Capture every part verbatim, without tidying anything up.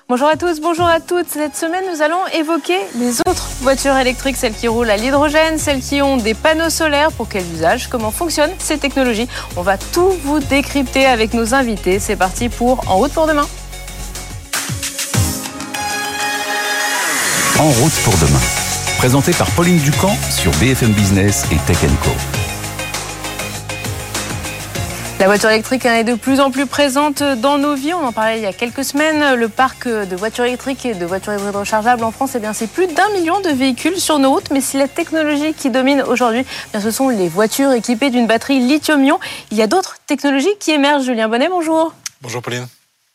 Bonjour à tous, bonjour à toutes. Cette semaine, nous allons évoquer les autres voitures électriques, celles qui roulent à l'hydrogène, celles qui ont des panneaux solaires, pour quel usage, comment fonctionnent ces technologies. On va tout vous décrypter avec nos invités. C'est parti pour En route pour demain. En route pour demain. Présenté par Pauline Ducamp sur B F M Business et Tech and Co. La voiture électrique est de plus en plus présente dans nos vies. On en parlait il y a quelques semaines. Le parc de voitures électriques et de voitures hybrides rechargeables en France, eh bien, c'est plus d'un million de véhicules sur nos routes. Mais si la technologie qui domine aujourd'hui, eh bien, ce sont les voitures équipées d'une batterie lithium-ion, il y a d'autres technologies qui émergent. Julien Bonnet, bonjour. Bonjour Pauline.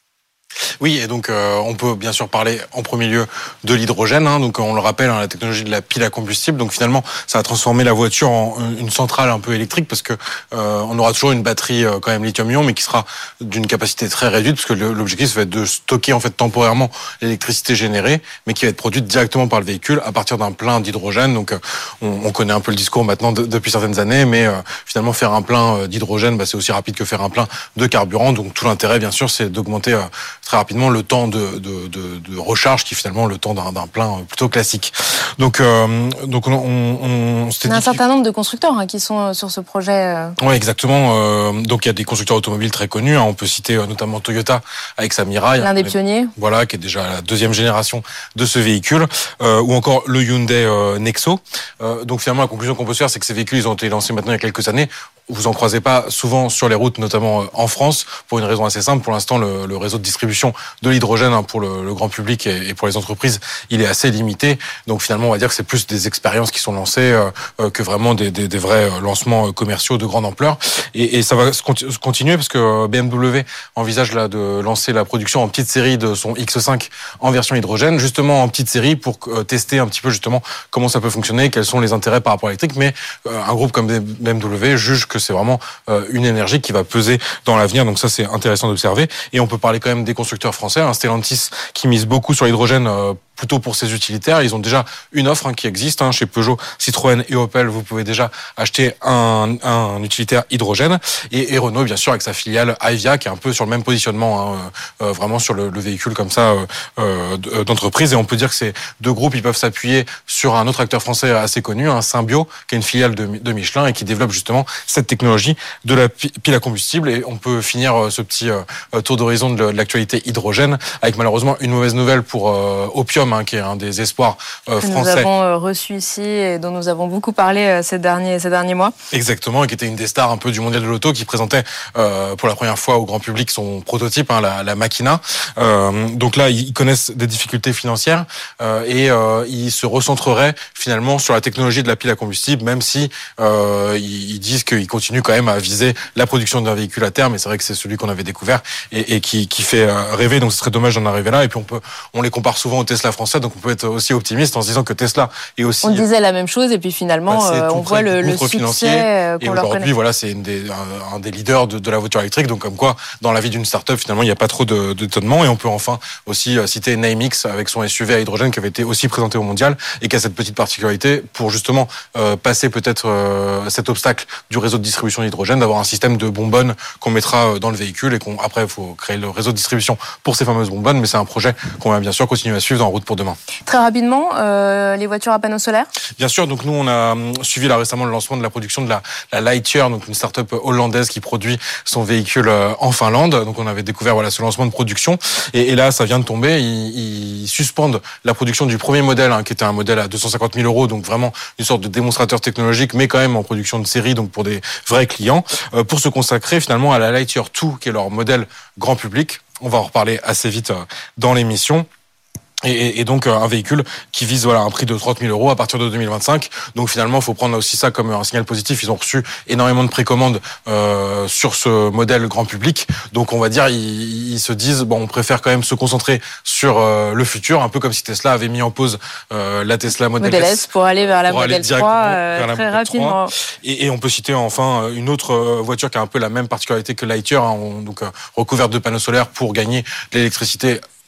Oui, et donc euh, on peut bien sûr parler en premier lieu de l'hydrogène. Hein, donc on le rappelle, hein, la technologie de la pile à combustible. Donc finalement, ça va transformer la voiture en une centrale un peu électrique parce que euh, on aura toujours une batterie euh, quand même lithium-ion, mais qui sera d'une capacité très réduite parce que le, l'objectif va être de stocker en fait temporairement l'électricité générée, mais qui va être produite directement par le véhicule à partir d'un plein d'hydrogène. Donc euh, on, on connaît un peu le discours maintenant de, depuis certaines années, mais euh, finalement faire un plein d'hydrogène, bah, c'est aussi rapide que faire un plein de carburant. Donc tout l'intérêt, bien sûr, c'est d'augmenter euh, très rapidement le temps de, de, de, de recharge qui est finalement le temps d'un, d'un plein plutôt classique. Donc, euh, donc on, on, on s'était Il y a un dit certain nombre de constructeurs hein, qui sont sur ce projet. Oui, exactement. Euh, donc il y a des constructeurs automobiles très connus. Hein. On peut citer euh, notamment Toyota avec sa Mirai. L'un des pionniers. Voilà, qui est déjà la deuxième génération de ce véhicule. Euh, ou encore le Hyundai euh, Nexo. Euh, donc finalement, la conclusion qu'on peut se faire, c'est que ces véhicules, ils ont été lancés maintenant il y a quelques années. Vous en croisez pas souvent sur les routes, notamment en France, pour une raison assez simple. Pour l'instant, le, le réseau de distribution de l'hydrogène hein, pour le, le grand public et, et pour les entreprises, il est assez limité. Donc finalement, on va dire que c'est plus des expériences qui sont lancées euh, que vraiment des, des, des vrais lancements commerciaux de grande ampleur. Et, et ça va se continuer parce que B M W envisage là de lancer la production en petite série de son X cinq en version hydrogène, justement en petite série pour euh, tester un petit peu justement comment ça peut fonctionner, quels sont les intérêts par rapport à l'électrique. Mais euh, un groupe comme B M W juge que c'est vraiment euh, une énergie qui va peser dans l'avenir. Donc ça, c'est intéressant d'observer. Et on peut parler quand même des constructeurs français, hein, Stellantis, qui mise beaucoup sur l'hydrogène euh, plutôt pour ses utilitaires. Ils ont déjà une offre hein, qui existe hein, chez Peugeot, Citroën et Opel. Vous pouvez déjà acheter un, un utilitaire hydrogène. Et, et Renault, bien sûr, avec sa filiale Ayvia, qui est un peu sur le même positionnement, hein, euh, vraiment sur le, le véhicule comme ça euh, d'entreprise. Et on peut dire que ces deux groupes, ils peuvent s'appuyer sur un autre acteur français assez connu, un Symbio, qui est une filiale de, de Michelin et qui développe justement cette technologie de la pile à combustible. Et on peut finir ce petit euh, tour d'horizon de l'actualité hydrogène avec malheureusement une mauvaise nouvelle pour euh, Opium, hein, qui est un des espoirs euh, français. Nous avons euh, reçu ici et dont nous avons beaucoup parlé euh, ces derniers ces derniers mois. Exactement, et qui était une des stars un peu du mondial de l'auto, qui présentait euh, pour la première fois au grand public son prototype, hein, la, la Machina. Euh, donc là, ils connaissent des difficultés financières euh, et euh, ils se recentreraient finalement sur la technologie de la pile à combustible, même si euh, ils, ils disent qu'ils continuent quand même à viser la production d'un véhicule à terme. Et c'est vrai que c'est celui qu'on avait découvert et, et qui, qui fait rêver. Donc ce serait dommage d'en arriver là. Et puis on peut, on les compare souvent au Tesla français, donc on peut être aussi optimiste en se disant que Tesla est aussi. On disait la même chose et puis finalement bah, euh, on voit le, le succès euh, qu'on et leur aujourd'hui, connaît. Voilà, c'est une des, un, un des leaders de, de la voiture électrique. Donc comme quoi, dans la vie d'une start-up, finalement, il n'y a pas trop de, d'étonnement. Et on peut enfin aussi citer Namex avec son S U V à hydrogène qui avait été aussi présenté au mondial et qui a cette petite particularité pour justement euh, passer peut-être euh, cet obstacle du réseau de distribution d'hydrogène, d'avoir un système de bonbonnes qu'on mettra dans le véhicule et qu'on après il faut créer le réseau de distribution pour ces fameuses bonbonnes. Mais c'est un projet qu'on va bien sûr continuer à suivre dans En route pour demain. Très rapidement, euh, les voitures à panneaux solaires. Bien sûr, donc nous on a suivi là récemment le lancement de la production de la, la Lightyear, donc une start-up hollandaise qui produit son véhicule en Finlande. Donc on avait découvert voilà ce lancement de production et, et là ça vient de tomber. Ils, ils suspendent la production du premier modèle, hein, qui était un modèle à deux cent cinquante mille euros, donc vraiment une sorte de démonstrateur technologique, mais quand même en production de série, donc pour des vrais clients, euh, pour se consacrer finalement à la Lightyear deux, qui est leur modèle grand public. On va en reparler assez vite euh, dans l'émission. Et, et donc un véhicule qui vise voilà un prix de trente mille euros à partir de deux mille vingt-cinq. Donc finalement, il faut prendre aussi ça comme un signal positif. Ils ont reçu énormément de précommandes euh, sur ce modèle grand public. Donc on va dire ils, ils se disent bon, on préfère quand même se concentrer sur euh, le futur, un peu comme si Tesla avait mis en pause euh, la Tesla Model, Model S, S pour aller vers la pour Model trois euh, la très Model rapidement. Et, et on peut citer enfin une autre voiture qui a un peu la même particularité que Lightyear, hein, on, donc euh, recouverte de panneaux solaires pour gagner de l'électricité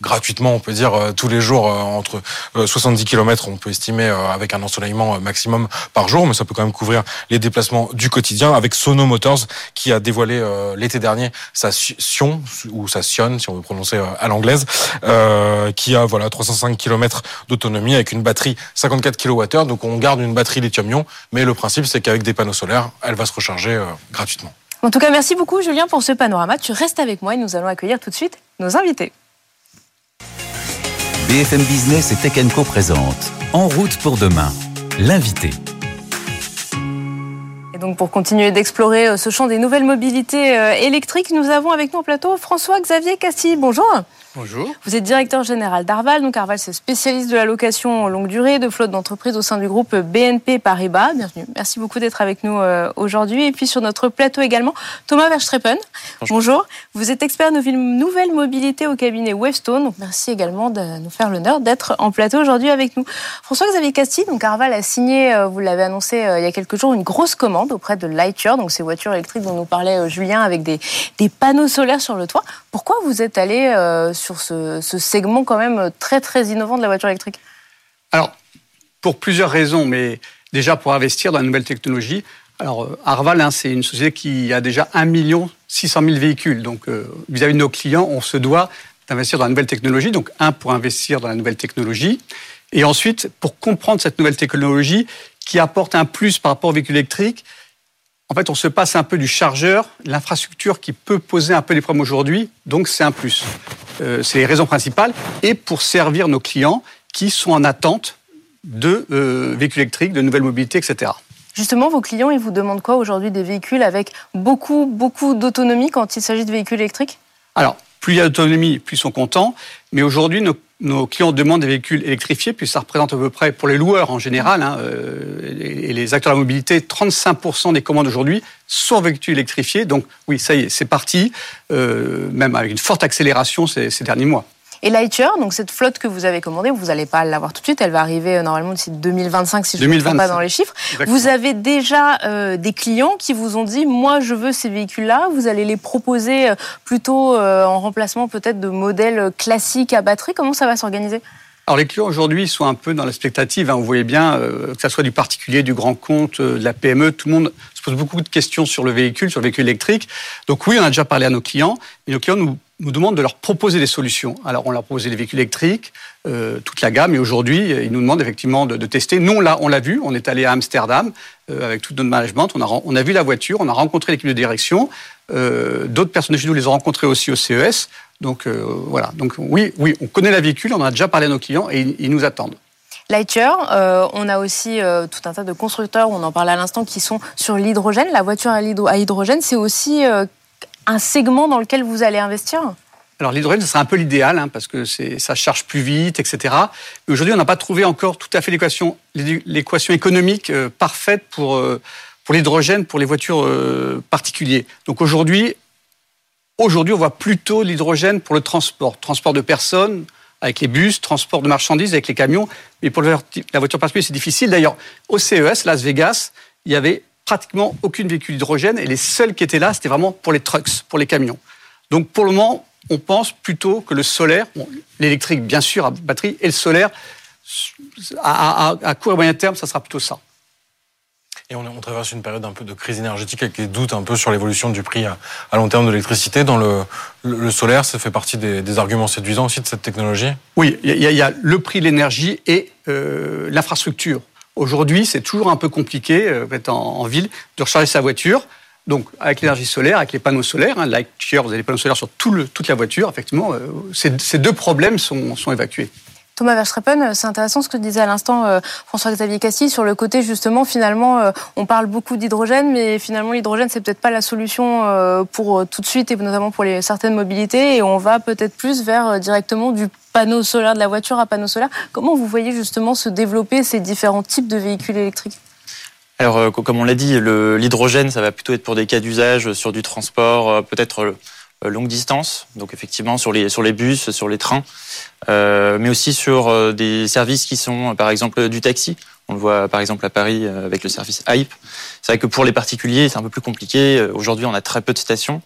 gratuitement, on peut dire, euh, tous les jours, euh, entre euh, soixante-dix kilomètres, on peut estimer, euh, avec un ensoleillement euh, maximum par jour, mais ça peut quand même couvrir les déplacements du quotidien, avec Sono Motors, qui a dévoilé euh, l'été dernier sa Sion, ou sa Sion, si on veut prononcer euh, à l'anglaise, euh, qui a voilà trois cent cinq kilomètres d'autonomie, avec une batterie cinquante-quatre kilowattheures, donc on garde une batterie lithium-ion, mais le principe, c'est qu'avec des panneaux solaires, elle va se recharger euh, gratuitement. En tout cas, merci beaucoup, Julien, pour ce panorama. Tu restes avec moi et nous allons accueillir tout de suite nos invités. B F M Business et Tech and Co présente En route pour demain, l'invité. Et donc, pour continuer d'explorer ce champ des nouvelles mobilités électriques, nous avons avec nous au plateau François-Xavier Castille. Bonjour. Bonjour. Vous êtes directeur général d'Arval. Donc Arval, c'est spécialiste de la location longue durée de flotte d'entreprises au sein du groupe B N P Paribas. Bienvenue. Merci beaucoup d'être avec nous euh, aujourd'hui. Et puis sur notre plateau également, Thomas Verstrepen. Bonjour. Bonjour. Vous êtes expert nouvelle mobilité au cabinet Wavestone. Donc merci également de nous faire l'honneur d'être en plateau aujourd'hui avec nous. François-Xavier Castille, donc Arval a signé, euh, vous l'avez annoncé euh, il y a quelques jours, une grosse commande auprès de Lightyear, donc ces voitures électriques dont nous parlait euh, Julien, avec des, des panneaux solaires sur le toit. Pourquoi vous êtes allé euh, sur ce, ce segment quand même très très innovant de la voiture électrique? Alors, pour plusieurs raisons, mais déjà pour investir dans la nouvelle technologie. Alors, Arval, hein, c'est une société qui a déjà un million six cent mille véhicules. Donc, euh, vis-à-vis de nos clients, on se doit d'investir dans la nouvelle technologie. Donc, un, pour investir dans la nouvelle technologie. Et ensuite, pour comprendre cette nouvelle technologie qui apporte un plus par rapport aux véhicules électriques. En fait, on se passe un peu du chargeur, l'infrastructure qui peut poser un peu des problèmes aujourd'hui, donc c'est un plus. Euh, c'est les raisons principales. Et pour servir nos clients qui sont en attente de euh, véhicules électriques, de nouvelles mobilités, et cetera. Justement, vos clients, ils vous demandent quoi aujourd'hui? Des véhicules avec beaucoup, beaucoup d'autonomie quand il s'agit de véhicules électriques? Alors, plus il y a d'autonomie, plus ils sont contents. Mais aujourd'hui, nos, nos clients demandent des véhicules électrifiés, puis ça représente à peu près, pour les loueurs en général, hein, euh, et les acteurs de la mobilité, trente-cinq pour cent des commandes aujourd'hui sont véhicules électrifiés. Donc oui, ça y est, c'est parti, euh, même avec une forte accélération ces, ces derniers mois. Et Lightyear, donc cette flotte que vous avez commandée, vous n'allez pas l'avoir tout de suite, elle va arriver euh, normalement d'ici deux mille vingt-cinq, si je ne me trompe pas dans les chiffres. Exactement. Vous avez déjà euh, des clients qui vous ont dit, moi je veux ces véhicules-là, vous allez les proposer euh, plutôt euh, en remplacement peut-être de modèles classiques à batterie. Comment ça va s'organiser? Alors les clients aujourd'hui sont un peu dans l'expectative, hein. Vous voyez bien, euh, que ce soit du particulier, du grand compte, euh, de la P M E, tout le monde se pose beaucoup de questions sur le véhicule, sur le véhicule électrique. Donc oui, on a déjà parlé à nos clients, mais nos clients nous, nous demandent de leur proposer des solutions. Alors on leur a proposé des véhicules électriques, euh, toute la gamme, et aujourd'hui, ils nous demandent effectivement de, de tester. Nous, on l'a, on l'a vu, on est allé à Amsterdam euh, avec tout notre management, on a, on a vu la voiture, on a rencontré l'équipe de direction, euh, d'autres personnes de chez nous les ont rencontrés aussi au C E S. Donc euh, voilà, donc oui, oui, on connaît la véhicule, on en a déjà parlé à nos clients et ils, ils nous attendent. Lightyear, euh, on a aussi euh, tout un tas de constructeurs, on en parlait à l'instant, qui sont sur l'hydrogène. La voiture à hydrogène, c'est aussi euh, un segment dans lequel vous allez investir? Alors l'hydrogène, ce serait un peu l'idéal, hein, parce que c'est, ça charge plus vite, et cetera. Mais aujourd'hui, on n'a pas trouvé encore tout à fait l'équation, l'équation économique euh, parfaite pour, euh, pour l'hydrogène, pour les voitures euh, particuliers. Donc aujourd'hui, Aujourd'hui, on voit plutôt l'hydrogène pour le transport. Transport de personnes avec les bus, transport de marchandises avec les camions. Mais pour la voiture particulière, c'est difficile. D'ailleurs, au C E S, Las Vegas, il n'y avait pratiquement aucune véhicule hydrogène. Et les seuls qui étaient là, c'était vraiment pour les trucks, pour les camions. Donc pour le moment, on pense plutôt que le solaire, bon, l'électrique bien sûr à batterie, et le solaire, à, à, à court et moyen terme, ça sera plutôt ça. Et on, on traverse une période un peu de crise énergétique avec des doutes un peu sur l'évolution du prix à, à long terme de l'électricité. Dans le, le, le solaire, ça fait partie des, des arguments séduisants aussi de cette technologie? Oui, il y, y a le prix de l'énergie et euh, l'infrastructure. Aujourd'hui, c'est toujours un peu compliqué euh, en, en ville de recharger sa voiture. Donc, avec l'énergie solaire, avec les panneaux solaires, hein, Lightyear, vous avez des panneaux solaires sur tout le, toute la voiture, effectivement, euh, ces, ces deux problèmes sont, sont évacués. Thomas Verstrepen, c'est intéressant ce que disait à l'instant euh, François-Xavier Castille sur le côté justement finalement euh, on parle beaucoup d'hydrogène mais finalement l'hydrogène c'est peut-être pas la solution euh, pour euh, tout de suite et notamment pour les certaines mobilités et on va peut-être plus vers euh, directement du panneau solaire, de la voiture à panneau solaire. Comment vous voyez justement se développer ces différents types de véhicules électriques? Alors euh, comme on l'a dit, le, l'hydrogène ça va plutôt être pour des cas d'usage sur du transport, euh, peut-être euh, longue distance, donc effectivement sur les, sur les bus, sur les trains, euh, mais aussi sur euh, des services qui sont par exemple du taxi. On le voit par exemple à Paris euh, avec le service Hype. C'est vrai que pour les particuliers c'est un peu plus compliqué. Aujourd'hui on a très peu de stations.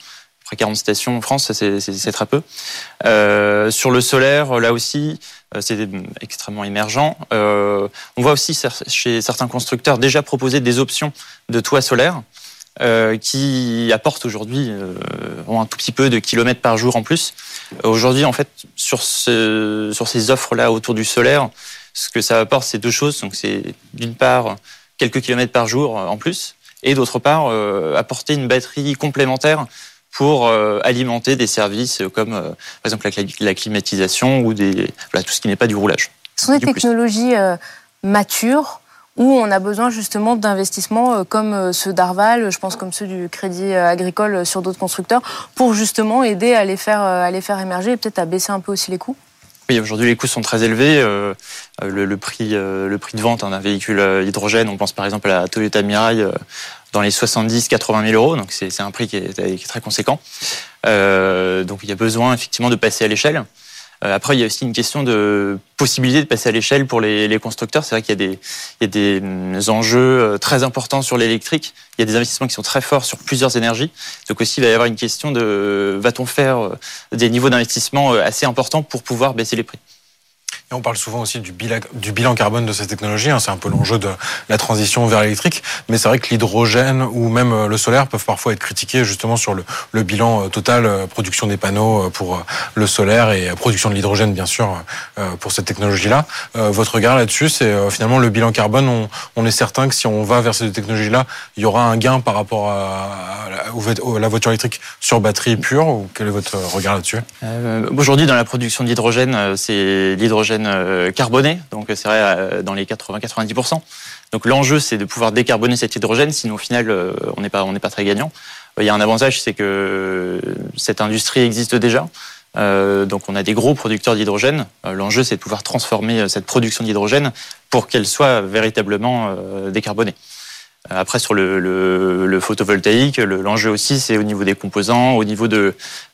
Après quarante stations en France, c'est, c'est, c'est très peu. Euh, sur le solaire, là aussi, c'est extrêmement émergent. Euh, on voit aussi chez certains constructeurs déjà proposer des options de toit solaire euh, qui apportent aujourd'hui euh, un tout petit peu de kilomètres par jour en plus. Aujourd'hui, en fait, sur, ce, sur ces offres-là autour du solaire, ce que ça apporte, c'est deux choses. Donc, c'est d'une part quelques kilomètres par jour en plus, et d'autre part euh, apporter une batterie complémentaire pour euh, alimenter des services comme, euh, par exemple, la, la climatisation ou des, voilà, tout ce qui n'est pas du roulage. Ce sont des technologies euh, matures où on a besoin justement d'investissements euh, comme euh, ceux d'Arval, je pense comme ceux du Crédit Agricole euh, sur d'autres constructeurs, pour justement aider à les faire, euh, à les faire émerger et peut-être à baisser un peu aussi les coûts. Oui, aujourd'hui les coûts sont très élevés. Euh, le, le, prix, euh, le prix de vente hein, d'un véhicule euh, hydrogène, on pense par exemple à la Toyota Mirai, euh, dans les soixante-dix à quatre-vingt mille euros, donc c'est, c'est un prix qui est, qui est très conséquent. Euh, donc il y a besoin effectivement de passer à l'échelle. Euh, après, il y a aussi une question de possibilité de passer à l'échelle pour les, les constructeurs. C'est vrai qu'il y a des, il y a des enjeux très importants sur l'électrique. Il y a des investissements qui sont très forts sur plusieurs énergies. Donc aussi, il va y avoir une question de va-t-on faire des niveaux d'investissement assez importants pour pouvoir baisser les prix. Et on parle souvent aussi du bilan, du bilan carbone de ces technologies. Hein, c'est un peu l'enjeu de la transition vers l'électrique. Mais c'est vrai que l'hydrogène ou même le solaire peuvent parfois être critiqués justement sur le, le bilan total, production des panneaux pour le solaire et production de l'hydrogène, bien sûr, pour cette technologie-là. Votre regard là-dessus, c'est finalement le bilan carbone. On, on est certain que si on va vers ces technologies-là, il y aura un gain par rapport à, à la voiture électrique sur batterie pure. Ou quel est votre regard là-dessus ? euh, Aujourd'hui, dans la production d'hydrogène, c'est l'hydrogène carboné, donc c'est vrai dans les quatre-vingts à quatre-vingt-dix pour cent. Donc l'enjeu, c'est de pouvoir décarboner cet hydrogène, sinon au final, on n'est pas, on n'est pas très gagnant. Il y a un avantage, c'est que cette industrie existe déjà. Euh, donc on a des gros producteurs d'hydrogène. L'enjeu, c'est de pouvoir transformer cette production d'hydrogène pour qu'elle soit véritablement décarbonée. Après, sur le, le, le photovoltaïque, le, l'enjeu aussi, c'est au niveau des composants, au niveau de,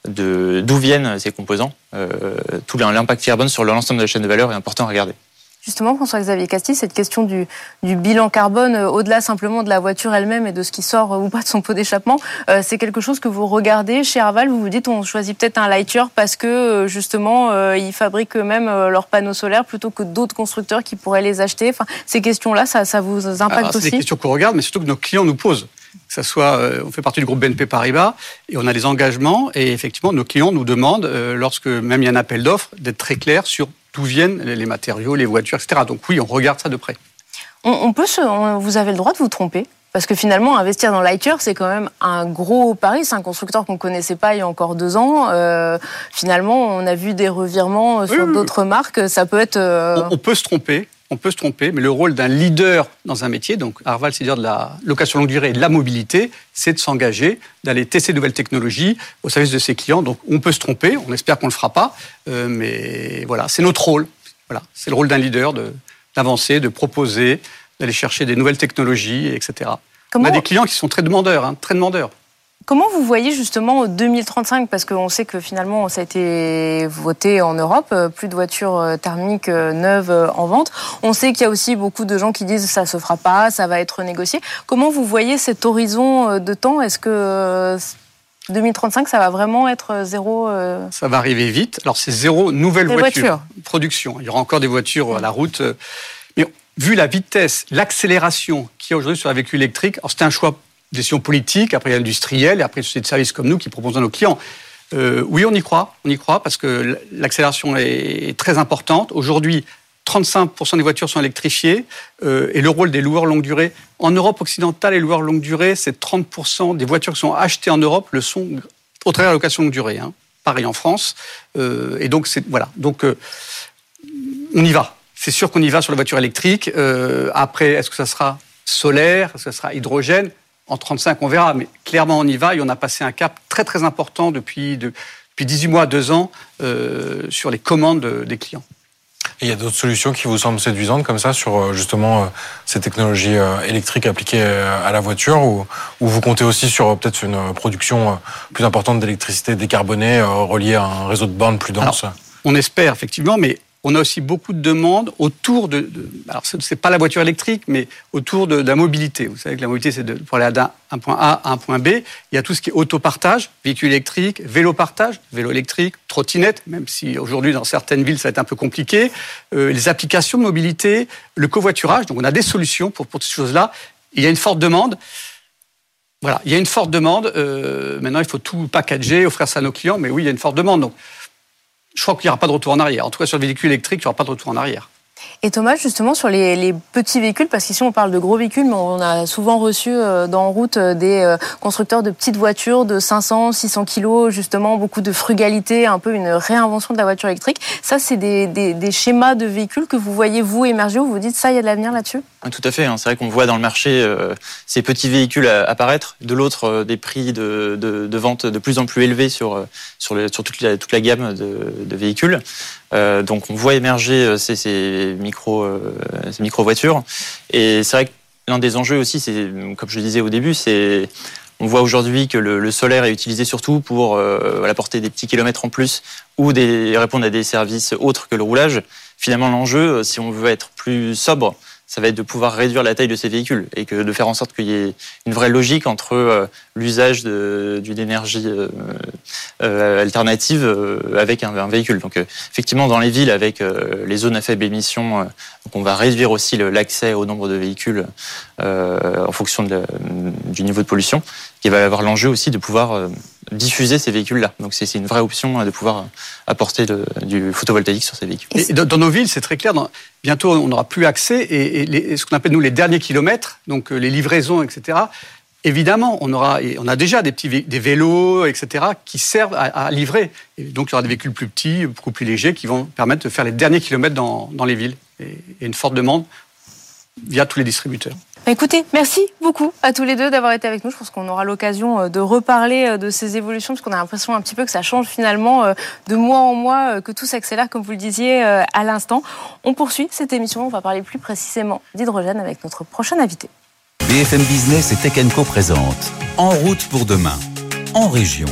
de d'où viennent ces composants. Euh, tout l'impact carbone sur l'ensemble de la chaîne de valeur est important à regarder. Justement, François-Xavier Castille, cette question du, du bilan carbone, euh, au-delà simplement de la voiture elle-même et de ce qui sort euh, ou pas de son pot d'échappement, euh, c'est quelque chose que vous regardez chez Arval. Vous vous dites, on choisit peut-être un Lightyear parce que euh, justement, euh, ils fabriquent eux-mêmes euh, leurs panneaux solaires plutôt que d'autres constructeurs qui pourraient les acheter. Enfin, ces questions-là, ça, ça vous impacte Alors, aussi ? C'est des questions qu'on regarde, mais surtout que nos clients nous posent. Que ça soit, euh, on fait partie du groupe B N P Paribas et on a des engagements et effectivement, nos clients nous demandent, euh, lorsque même il y a un appel d'offres, d'être très clair sur d'où viennent les matériaux, les voitures, et cetera. Donc oui, on regarde ça de près. On, on peut se, on, vous avez le droit de vous tromper, parce que finalement, investir dans Lightyear, c'est quand même un gros pari. C'est un constructeur qu'on ne connaissait pas il y a encore deux ans. Euh, finalement, on a vu des revirements sur oui, d'autres oui. marques. Ça peut être... Euh... On, on peut se tromper. On peut se tromper, mais le rôle d'un leader dans un métier, donc Arval, c'est-à-dire de la location longue durée et de la mobilité, c'est de s'engager, d'aller tester de nouvelles technologies au service de ses clients. Donc on peut se tromper, on espère qu'on ne le fera pas, euh, mais voilà, c'est notre rôle. Voilà, c'est le rôle d'un leader de, d'avancer, de proposer, d'aller chercher des nouvelles technologies, et cetera. Comment... On a des clients qui sont très demandeurs, hein, très demandeurs. Comment vous voyez justement deux mille trente-cinq, parce qu'on sait que finalement ça a été voté en Europe, plus de voitures thermiques neuves en vente. On sait qu'il y a aussi beaucoup de gens qui disent ça se fera pas, ça va être négocié. Comment vous voyez cet horizon de temps ? Est-ce que deux mille trente-cinq, ça va vraiment être zéro euh... Ça va arriver vite. Alors c'est zéro nouvelle voiture, voitures. Production. Il y aura encore des voitures à la route. Mais vu la vitesse, l'accélération qu'il y a aujourd'hui sur la véhicule électrique, alors c'est un choix décision politique, après il y a l'industriel, et après il y a des services comme nous qui proposent à nos clients. Euh, oui, on y croit, on y croit parce que l'accélération est très importante. Aujourd'hui, trente-cinq pour cent des voitures sont électrifiées euh, et le rôle des loueurs longue durée. En Europe occidentale, les loueurs longue durée, c'est trente pour cent des voitures qui sont achetées en Europe le sont au travers de la location longue durée. Hein. Pareil en France. Euh, et donc, c'est, voilà. Donc, euh, on y va. C'est sûr qu'on y va sur la voiture électrique. Euh, après, est-ce que ça sera solaire ? Est-ce que ça sera hydrogène ? En trente-cinq, on verra, mais clairement, on y va et on a passé un cap très, très important depuis, de, depuis dix-huit mois, deux ans euh, sur les commandes de, des clients. Et il y a d'autres solutions qui vous semblent séduisantes comme ça sur justement euh, ces technologies euh, électriques appliquées euh, à la voiture ou, ou vous comptez aussi sur euh, peut-être une production euh, plus importante d'électricité décarbonée euh, reliée à un réseau de bornes plus dense ? Alors, on espère, effectivement, mais on a aussi beaucoup de demandes autour de, de alors c'est pas la voiture électrique, mais autour de, de la mobilité. Vous savez que la mobilité, c'est de, pour aller d'un un point A à un point B. Il y a tout ce qui est autopartage, véhicule électrique, vélo partage, vélo électrique, trottinette, même si aujourd'hui dans certaines villes ça va être un peu compliqué. Euh, les applications de mobilité, le covoiturage. Donc on a des solutions pour, pour ces choses-là. Il y a une forte demande. Voilà, il y a une forte demande. Euh, maintenant, il faut tout packager, offrir ça à nos clients. Mais oui, il y a une forte demande. Donc, je crois qu'il n'y aura pas de retour en arrière. En tout cas, sur le véhicule électrique, il n'y aura pas de retour en arrière. Et Thomas, justement, sur les, les petits véhicules, parce qu'ici on parle de gros véhicules, mais on a souvent reçu euh, dans route euh, des euh, constructeurs de petites voitures de cinq cents, six cents kilos, justement, beaucoup de frugalité, un peu une réinvention de la voiture électrique. Ça, c'est des, des, des schémas de véhicules que vous voyez, vous, émerger, où vous dites, ça, il y a de l'avenir là-dessus ? Tout à fait. C'est vrai qu'on voit dans le marché euh, ces petits véhicules apparaître. De l'autre, euh, des prix de, de, de vente de plus en plus élevés sur, sur, le, sur toute, la, toute la gamme de, de véhicules. Euh, donc on voit émerger ces, ces micro euh, ces micro voitures. Et c'est vrai que l'un des enjeux aussi, c'est, comme je le disais au début, c'est on voit aujourd'hui que le, le solaire est utilisé surtout pour euh, apporter des petits kilomètres en plus ou des, répondre à des services autres que le roulage. Finalement, l'enjeu, si on veut être plus sobre, ça va être de pouvoir réduire la taille de ces véhicules et que de faire en sorte qu'il y ait une vraie logique entre euh, l'usage de, d'une énergie euh, euh, alternative euh, avec un, un véhicule. Donc euh, effectivement, dans les villes, avec euh, les zones à faible émission, euh, donc on va réduire aussi le, l'accès au nombre de véhicules euh, en fonction de la, du niveau de pollution. Il va y avoir l'enjeu aussi de pouvoir euh, diffuser ces véhicules-là. Donc c'est, c'est une vraie option de pouvoir apporter le, du photovoltaïque sur ces véhicules. Et dans, dans nos villes, c'est très clair. Dans, bientôt, on n'aura plus accès et, et, les, et ce qu'on appelle nous les derniers kilomètres, donc les livraisons, et cetera. Évidemment, on aura, et on a déjà des petits vé- des vélos, et cetera, qui servent à, à livrer. Et donc il y aura des véhicules plus petits, beaucoup plus légers, qui vont permettre de faire les derniers kilomètres dans, dans les villes. Et, et une forte demande via tous les distributeurs. Écoutez, merci beaucoup à tous les deux d'avoir été avec nous. Je pense qu'on aura l'occasion de reparler de ces évolutions, parce qu'on a l'impression un petit peu que ça change finalement de mois en mois, que tout s'accélère, comme vous le disiez à l'instant. On poursuit cette émission, on va parler plus précisément d'hydrogène avec notre prochain invité. B F M Business et Tech and Co présente En route pour demain, en région.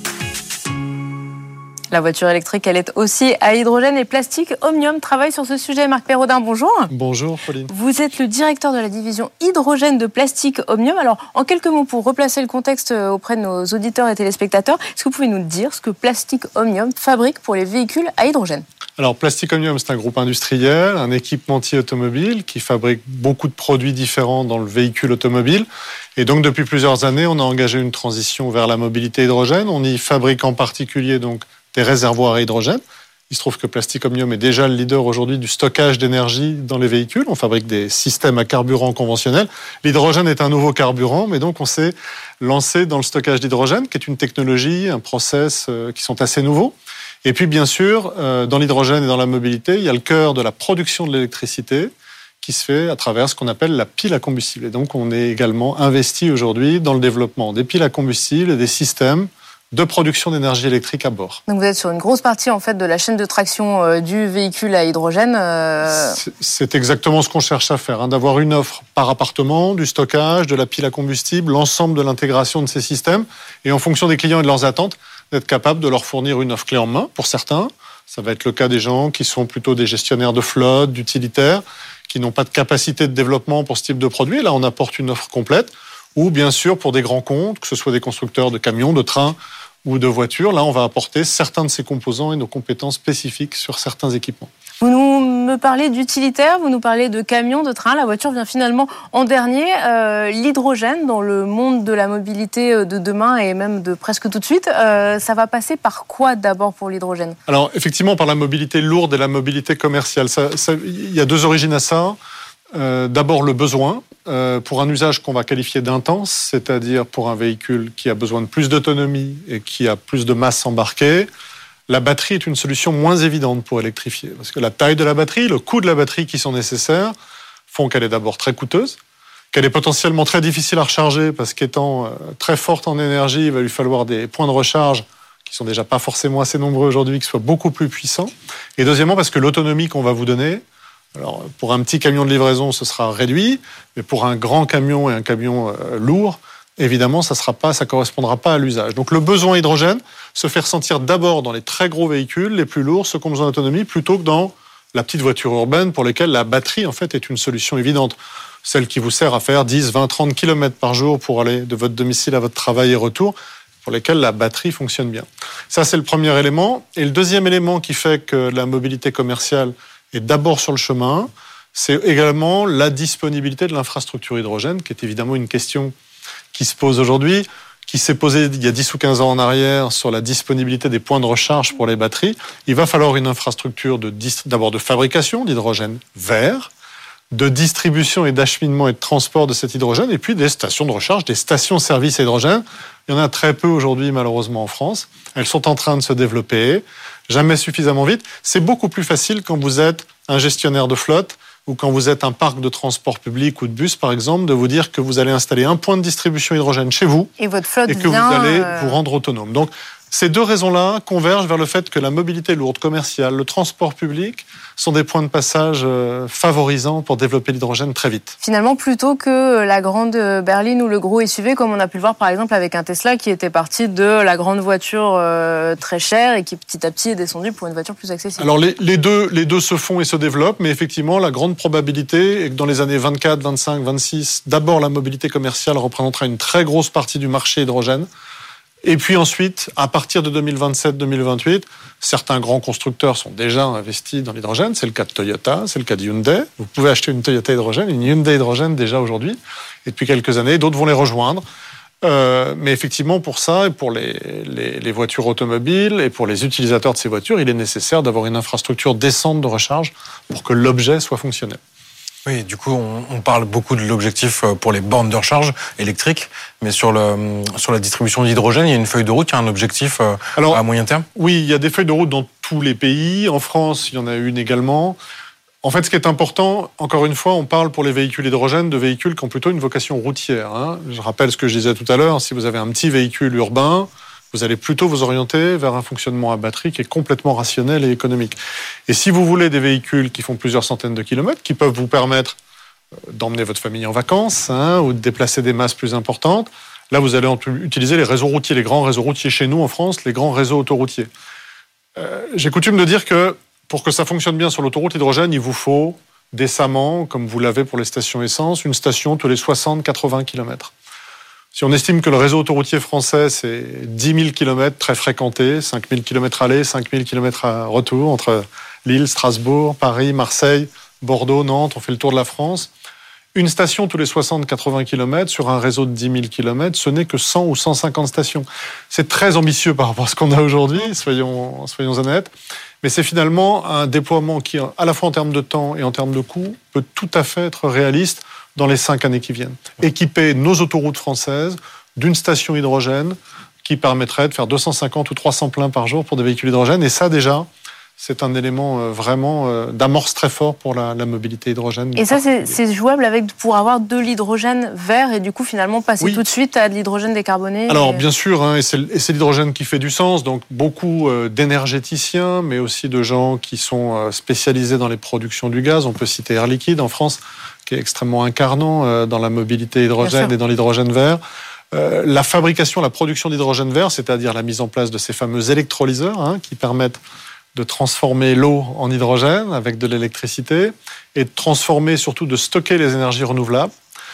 La voiture électrique, elle est aussi à hydrogène et Plastic Omnium travaille sur ce sujet. Marc Perraudin, bonjour. Bonjour, Pauline. Vous êtes le directeur de la division hydrogène de Plastic Omnium. Alors, en quelques mots, pour replacer le contexte auprès de nos auditeurs et téléspectateurs, est-ce que vous pouvez nous dire ce que Plastic Omnium fabrique pour les véhicules à hydrogène ? Alors, Plastic Omnium, c'est un groupe industriel, un équipementier automobile qui fabrique beaucoup de produits différents dans le véhicule automobile. Et donc, depuis plusieurs années, on a engagé une transition vers la mobilité hydrogène. On y fabrique en particulier donc des réservoirs à hydrogène. Il se trouve que Plastic Omnium est déjà le leader aujourd'hui du stockage d'énergie dans les véhicules. On fabrique des systèmes à carburant conventionnels. L'hydrogène est un nouveau carburant, mais donc on s'est lancé dans le stockage d'hydrogène, qui est une technologie, un process euh, qui sont assez nouveaux. Et puis, bien sûr, euh, dans l'hydrogène et dans la mobilité, il y a le cœur de la production de l'électricité qui se fait à travers ce qu'on appelle la pile à combustible. Et donc, on est également investi aujourd'hui dans le développement des piles à combustible et des systèmes de production d'énergie électrique à bord. Donc vous êtes sur une grosse partie en fait de la chaîne de traction euh, du véhicule à hydrogène. Euh... C'est, c'est exactement ce qu'on cherche à faire, hein, d'avoir une offre par appartement, du stockage, de la pile à combustible, l'ensemble de l'intégration de ces systèmes, et en fonction des clients et de leurs attentes, d'être capable de leur fournir une offre clé en main. Pour certains, ça va être le cas des gens qui sont plutôt des gestionnaires de flotte, d'utilitaires, qui n'ont pas de capacité de développement pour ce type de produit. Là, on apporte une offre complète. Ou bien sûr pour des grands comptes, que ce soit des constructeurs de camions, de trains ou de voitures. Là, on va apporter certains de ces composants et nos compétences spécifiques sur certains équipements. Vous nous me parlez d'utilitaires, vous nous parlez de camions, de trains. La voiture vient finalement en dernier. Euh, l'hydrogène dans le monde de la mobilité de demain et même de presque tout de suite, euh, ça va passer par quoi d'abord pour l'hydrogène ? Alors effectivement, par la mobilité lourde et la mobilité commerciale. Ça, ça, il y a deux origines à ça. Euh, d'abord le besoin, euh, pour un usage qu'on va qualifier d'intense, c'est-à-dire pour un véhicule qui a besoin de plus d'autonomie et qui a plus de masse embarquée. La batterie est une solution moins évidente pour électrifier, parce que la taille de la batterie, le coût de la batterie qui sont nécessaires font qu'elle est d'abord très coûteuse, qu'elle est potentiellement très difficile à recharger, parce qu'étant très forte en énergie, il va lui falloir des points de recharge qui sont déjà pas forcément assez nombreux aujourd'hui, qui soient beaucoup plus puissants. Et deuxièmement, parce que l'autonomie qu'on va vous donner, alors pour un petit camion de livraison, ce sera réduit, mais pour un grand camion et un camion euh, lourd, évidemment, ça sera pas, ça correspondra pas à l'usage. Donc le besoin hydrogène se fait ressentir d'abord dans les très gros véhicules, les plus lourds, ceux qui ont besoin d'autonomie, plutôt que dans la petite voiture urbaine pour laquelle la batterie, en fait, est une solution évidente. Celle qui vous sert à faire dix, vingt, trente kilomètres par jour pour aller de votre domicile à votre travail et retour, pour lesquels la batterie fonctionne bien. Ça, c'est le premier élément. Et le deuxième élément qui fait que la mobilité commerciale est d'abord sur le chemin, c'est également la disponibilité de l'infrastructure hydrogène, qui est évidemment une question qui se pose aujourd'hui, qui s'est posée il y a dix ou quinze ans en arrière sur la disponibilité des points de recharge pour les batteries. Il va falloir une infrastructure de, d'abord de fabrication d'hydrogène vert, de distribution et d'acheminement et de transport de cet hydrogène, et puis des stations de recharge, des stations-service hydrogène. Il y en a très peu aujourd'hui, malheureusement, en France. Elles sont en train de se développer, jamais suffisamment vite. C'est beaucoup plus facile quand vous êtes un gestionnaire de flotte ou quand vous êtes un parc de transport public ou de bus, par exemple, de vous dire que vous allez installer un point de distribution hydrogène chez vous et, votre flotte et que vient vous allez euh... vous rendre autonome. Donc, ces deux raisons-là convergent vers le fait que la mobilité lourde commerciale, le transport public sont des points de passage favorisants pour développer l'hydrogène très vite. Finalement, plutôt que la grande berline ou le gros S U V, comme on a pu le voir par exemple avec un Tesla qui était parti de la grande voiture très chère et qui petit à petit est descendu pour une voiture plus accessible. Alors les, les, deux, les deux se font et se développent, mais effectivement, la grande probabilité est que dans les années vingt-quatre, vingt-cinq, vingt-six, d'abord la mobilité commerciale représentera une très grosse partie du marché hydrogène. Et puis ensuite, à partir de deux mille vingt-sept deux mille vingt-huit, certains grands constructeurs sont déjà investis dans l'hydrogène. C'est le cas de Toyota, c'est le cas de Hyundai. Vous pouvez acheter une Toyota hydrogène, une Hyundai hydrogène déjà aujourd'hui. Et depuis quelques années, d'autres vont les rejoindre. Euh, mais effectivement, pour ça, et pour les, les, les voitures automobiles et pour les utilisateurs de ces voitures, il est nécessaire d'avoir une infrastructure décente de recharge pour que l'objet soit fonctionnel. Oui, du coup, on, on parle beaucoup de l'objectif pour les bornes de recharge électriques, mais sur, le, sur la distribution d'hydrogène, il y a une feuille de route, il y a un objectif Alors, à moyen terme ? Oui, il y a des feuilles de route dans tous les pays. En France, il y en a une également. En fait, ce qui est important, encore une fois, on parle pour les véhicules hydrogène de véhicules qui ont plutôt une vocation routière. Hein. Je rappelle ce que je disais tout à l'heure, si vous avez un petit véhicule urbain, vous allez plutôt vous orienter vers un fonctionnement à batterie qui est complètement rationnel et économique. Et si vous voulez des véhicules qui font plusieurs centaines de kilomètres, qui peuvent vous permettre d'emmener votre famille en vacances hein, ou de déplacer des masses plus importantes, là, vous allez utiliser les réseaux routiers, les grands réseaux routiers chez nous en France, les grands réseaux autoroutiers. Euh, j'ai coutume de dire que pour que ça fonctionne bien sur l'autoroute hydrogène, il vous faut décemment, comme vous l'avez pour les stations essence, une station tous les soixante à quatre-vingts kilomètres. Si on estime que le réseau autoroutier français, c'est dix mille kilomètres très fréquentés, cinq mille kilomètres aller, cinq mille kilomètres à retour, entre Lille, Strasbourg, Paris, Marseille, Bordeaux, Nantes, on fait le tour de la France. Une station tous les soixante à quatre-vingts kilomètres sur un réseau de dix mille kilomètres, ce n'est que cent ou cent cinquante stations. C'est très ambitieux par rapport à ce qu'on a aujourd'hui, soyons, soyons honnêtes. Mais c'est finalement un déploiement qui, à la fois en termes de temps et en termes de coût, peut tout à fait être réaliste dans les cinq années qui viennent. Équiper nos autoroutes françaises d'une station hydrogène qui permettrait de faire deux cent cinquante ou trois cents pleins par jour pour des véhicules hydrogène. Et ça, déjà, c'est un élément vraiment d'amorce très fort pour la, la mobilité hydrogène. Et ça, c'est, c'est jouable avec, pour avoir de l'hydrogène vert et du coup, finalement, passer oui. tout de suite à de l'hydrogène décarboné. Alors, et... bien sûr, hein, et, c'est, et c'est l'hydrogène qui fait du sens. Donc, beaucoup euh, d'énergéticiens, mais aussi de gens qui sont euh, spécialisés dans les productions du gaz. On peut citer Air Liquide en France, qui est extrêmement incarnant euh, dans la mobilité hydrogène et dans l'hydrogène vert. Euh, la fabrication, la production d'hydrogène vert, c'est-à-dire la mise en place de ces fameux électrolyseurs hein, qui permettent de transformer l'eau en hydrogène avec de l'électricité et de transformer, surtout de stocker les énergies renouvelables,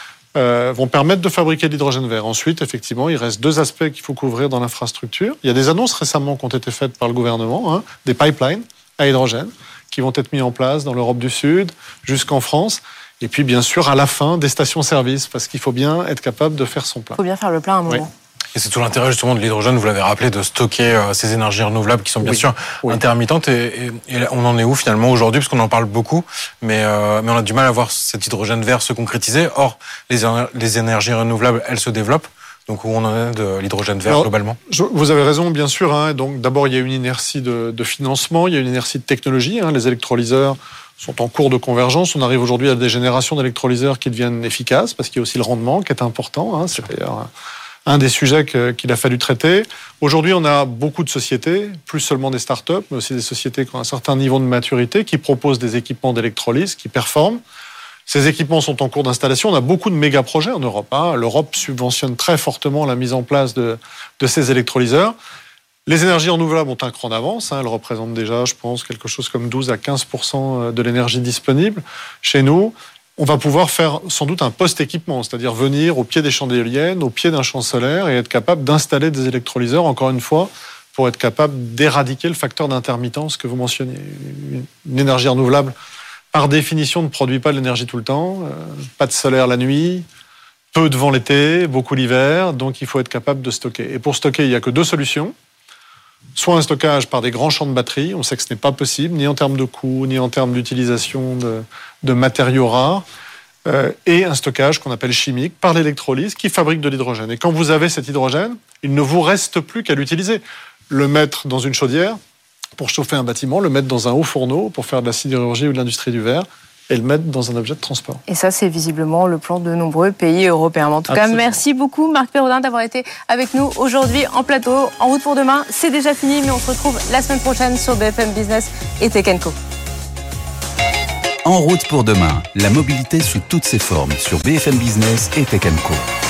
euh, vont permettre de fabriquer de l'hydrogène vert. Ensuite, effectivement, il reste deux aspects qu'il faut couvrir dans l'infrastructure. Il y a des annonces récemment qui ont été faites par le gouvernement, hein, des pipelines à hydrogène qui vont être mis en place dans l'Europe du Sud jusqu'en France. Et puis, bien sûr, à la fin, des stations-service, parce qu'il faut bien être capable de faire son plein. Il faut bien faire le plein à un moment. Oui. Et c'est tout l'intérêt justement de l'hydrogène, vous l'avez rappelé, de stocker euh, ces énergies renouvelables qui sont bien oui. sûr oui. intermittentes. Et, et, et on en est où finalement aujourd'hui, parce qu'on en parle beaucoup, mais, euh, mais on a du mal à voir cet hydrogène vert se concrétiser. Or, les, les énergies renouvelables, elles se développent. Donc où on en est de l'hydrogène vert Alors, globalement je, Vous avez raison, bien sûr. Hein. Donc d'abord, il y a une inertie de, de financement, il y a une inertie de technologie. Hein. Les électrolyseurs sont en cours de convergence. On arrive aujourd'hui à des générations d'électrolyseurs qui deviennent efficaces, parce qu'il y a aussi le rendement qui est important. Hein. C'est d'ailleurs un des sujets que, qu'il a fallu traiter. Aujourd'hui, on a beaucoup de sociétés, plus seulement des startups, mais aussi des sociétés qui ont un certain niveau de maturité, qui proposent des équipements d'électrolyse, qui performent. Ces équipements sont en cours d'installation. On a beaucoup de méga-projets en Europe. Hein. L'Europe subventionne très fortement la mise en place de, de ces électrolyseurs. Les énergies renouvelables ont un cran d'avance. Hein, elles représentent déjà, je pense, quelque chose comme douze à quinze pour cent de l'énergie disponible. Chez nous, on va pouvoir faire sans doute un post-équipement, c'est-à-dire venir au pied des champs d'éoliennes, au pied d'un champ solaire et être capable d'installer des électrolyseurs, encore une fois, pour être capable d'éradiquer le facteur d'intermittence que vous mentionniez. Une énergie renouvelable, par définition, ne produit pas de l'énergie tout le temps, euh, pas de solaire la nuit, peu de vent l'été, beaucoup l'hiver, donc il faut être capable de stocker. Et pour stocker, il n'y a que deux solutions. Soit un stockage par des grands champs de batteries, on sait que ce n'est pas possible, ni en termes de coût, ni en termes d'utilisation de, de matériaux rares, euh, et un stockage qu'on appelle chimique, par l'électrolyse, qui fabrique de l'hydrogène. Et quand vous avez cet hydrogène, il ne vous reste plus qu'à l'utiliser. Le mettre dans une chaudière pour chauffer un bâtiment, le mettre dans un haut fourneau pour faire de la sidérurgie ou de l'industrie du verre, et le mettre dans un objet de transport. Et ça, c'est visiblement le plan de nombreux pays européens. En tout Absolument. cas, merci beaucoup Marc Perraudin d'avoir été avec nous aujourd'hui en plateau. En route pour demain, c'est déjà fini, mais on se retrouve la semaine prochaine sur B F M Business et Tech and Co. En route pour demain, la mobilité sous toutes ses formes sur B F M Business et Tech and Co.